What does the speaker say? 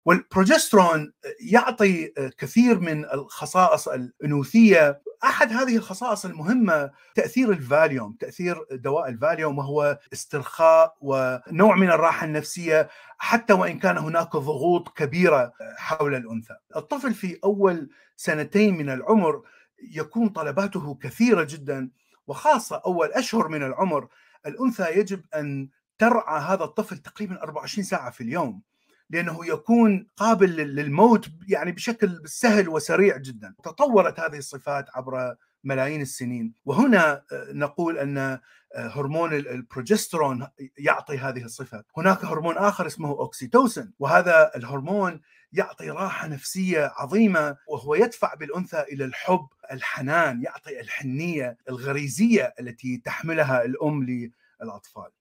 والبروجسترون يعطي كثير من الخصائص الأنوثية. أحد هذه الخصائص المهمة تأثير الفاليوم، تأثير دواء الفاليوم، وهو استرخاء ونوع من الراحة النفسية حتى وإن كان هناك ضغوط كبيرة حول الأنثى. الطفل في أول 2 من العمر يكون طلباته كثيرة جدا، وخاصة أول أشهر من العمر الأنثى يجب أن ترعى هذا الطفل تقريبا 24 ساعة في اليوم، لأنه يكون قابل للموت يعني بشكل سهل وسريع جدا. تطورت هذه الصفات عبر ملايين السنين، وهنا نقول أن هرمون البروجسترون يعطي هذه الصفة. هناك هرمون آخر اسمه أوكسيتوسين، وهذا الهرمون يعطي راحة نفسية عظيمة، وهو يدفع بالأنثى إلى الحب، الحنان، يعطي الحنية الغريزية التي تحملها الأم للأطفال.